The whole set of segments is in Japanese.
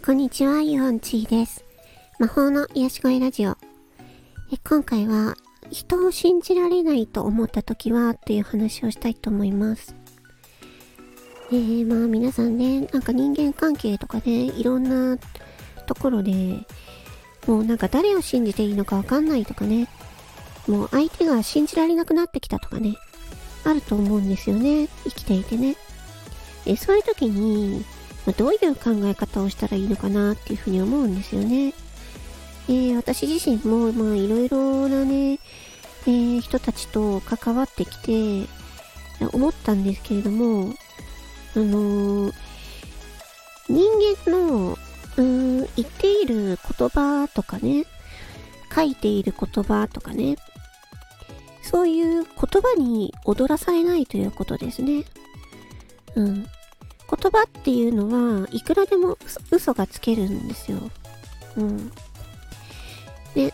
こんにちは、ユオンチーです。魔法の癒し声ラジオ。今回は、人を信じられないと思った時はという話をしたいと思います。皆さんね、なんか人間関係とかで、いろんなところで、もうなんか誰を信じていいのかわかんないとかね、もう相手が信じられなくなってきたとかね、あると思うんですよね、生きていてね。そういう時に、どういう考え方をしたらいいのかなっていうふうに思うんですよね。私自身もいろいろなね、人たちと関わってきて思ったんですけれども、人間の言っている言葉とかね、書いている言葉とかね、そういう言葉に踊らされないということですね。言葉っていうのはいくらでも嘘がつけるんですよ。で、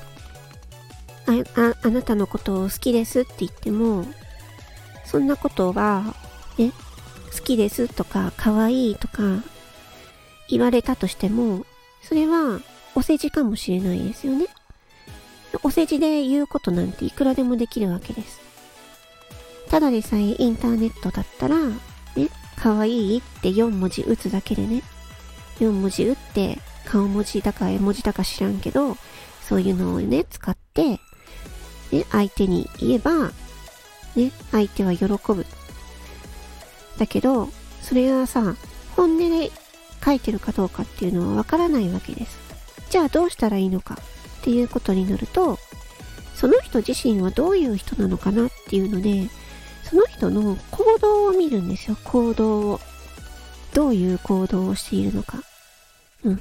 あなたのことを好きですって言っても、そんなことは、ね、好きですとか可愛いとか言われたとしても、それはお世辞かもしれないですよね。お世辞で言うことなんていくらでもできるわけです。ただでさえインターネットだったら、ね、可愛いって4文字打つだけでね、4文字打って顔文字だか絵文字だか知らんけど、そういうのをね、使って、ね、相手に言えば、ね、相手は喜ぶ。だけど、それがさ、本音で書いてるかどうかっていうのはわからないわけです。じゃあどうしたらいいのかっていうことになると、その人自身はどういう人なのかなっていうので、その人の行動を見るんですよ。行動を。どういう行動をしているのか。言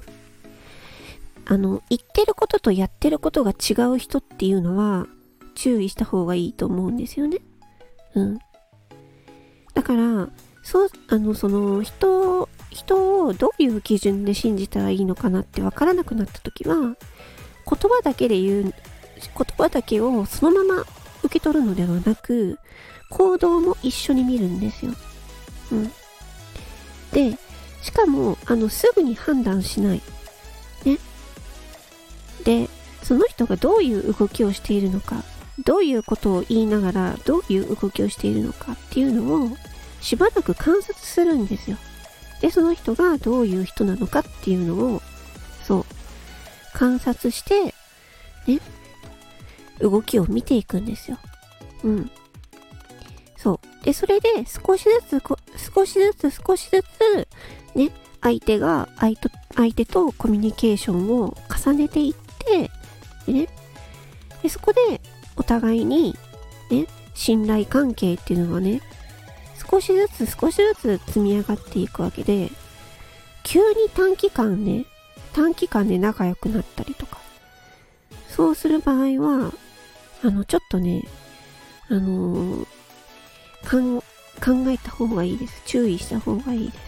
ってることとやってることが違う人っていうのは注意した方がいいと思うんですよね。だから、その人をどういう基準で信じたらいいのかなってわからなくなった時は、言葉だけをそのまま受け取るのではなく、行動も一緒に見るんですよ。で、しかも、すぐに判断しない。ね。で、その人がどういう動きをしているのか、どういうことを言いながら、どういう動きをしているのかっていうのを、しばらく観察するんですよ。で、その人がどういう人なのかっていうのを、観察して、ね、動きを見ていくんですよ。で、それで少しずつ、ね、相手とコミュニケーションを重ねていって、で、そこでお互いに、ね、信頼関係っていうのがね、少しずつ積み上がっていくわけで、急に短期間で仲良くなったりとか、そうする場合は、ちょっとね、考えた方がいいです。注意した方がいいです。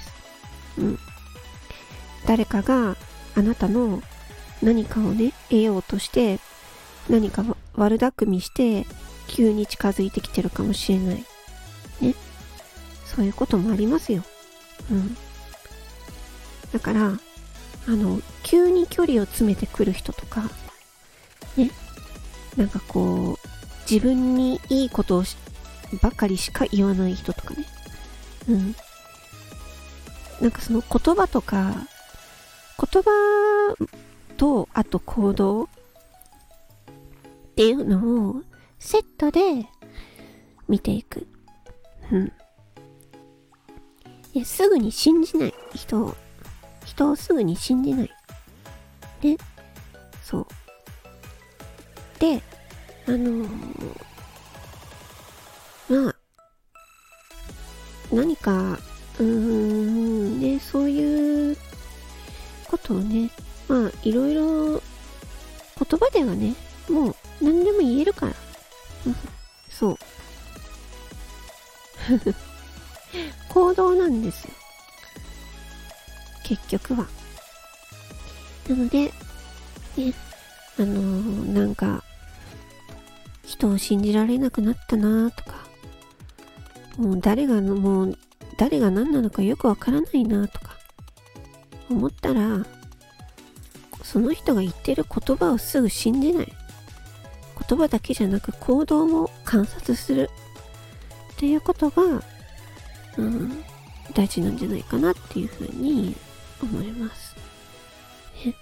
誰かがあなたの何かをね、得ようとして、何か悪巧みして、急に近づいてきてるかもしれない。ね。そういうこともありますよ。だから、急に距離を詰めてくる人とか、ね。なんかこう、自分にいいことをばかりしか言わない人とかね。なんかその言葉と、あと行動っていうのをセットで見ていく。すぐに信じない。人をすぐに信じない。ね。そう。で、何か、ね、そういうことをね、いろいろ言葉ではね、もう何でも言えるから。そう。行動なんですよ。結局は。なので、ね、なんか、人を信じられなくなったなとか、もう誰が何なのかよくわからないなとか思ったら、その人が言ってる言葉をすぐ信じない。言葉だけじゃなく行動も観察するっていうことが、大事なんじゃないかなっていうふうに思います。ね。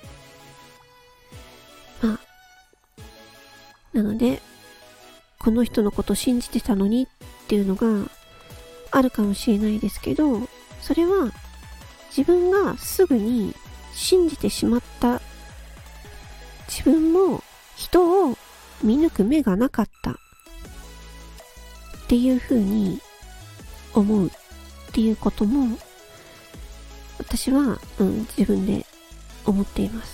まあ、なので、この人のこと信じてたのにっていうのがあるかもしれないですけど、それは自分がすぐに信じてしまった、自分も人を見抜く目がなかったっていうふうに思うっていうことも私は、自分で思っています。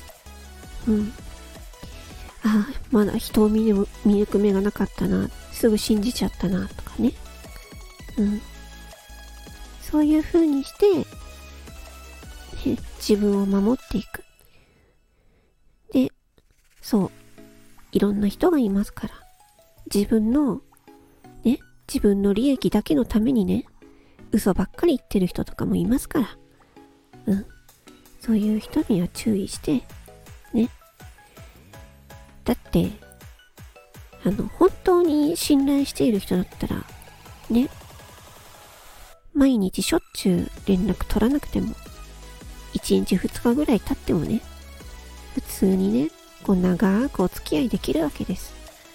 まだ人を見抜く目がなかったな、すぐ信じちゃったなとかね。そういう風にして、自分を守っていく。で、そう、いろんな人がいますから、自分の利益だけのためにね、嘘ばっかり言ってる人とかもいますから、そういう人には注意して、ね。だって、本当に信頼している人だったら、ね、毎日しょっちゅう連絡取らなくても、1日2日ぐらい経ってもね、普通にね、長くお付き合いできるわけです。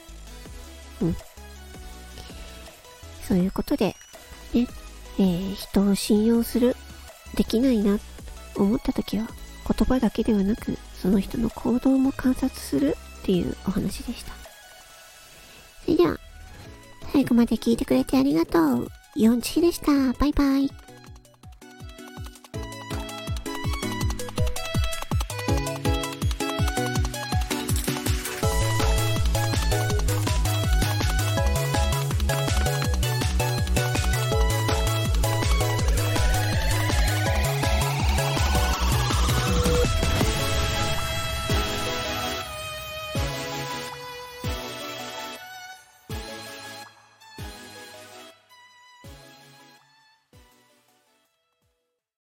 そういうことで、ね、人を信用できないな、思ったときは、言葉だけではなく、その人の行動も観察するっていうお話でした。それでは、最後まで聞いてくれてありがとう。ヨンチキでした。バイバイ。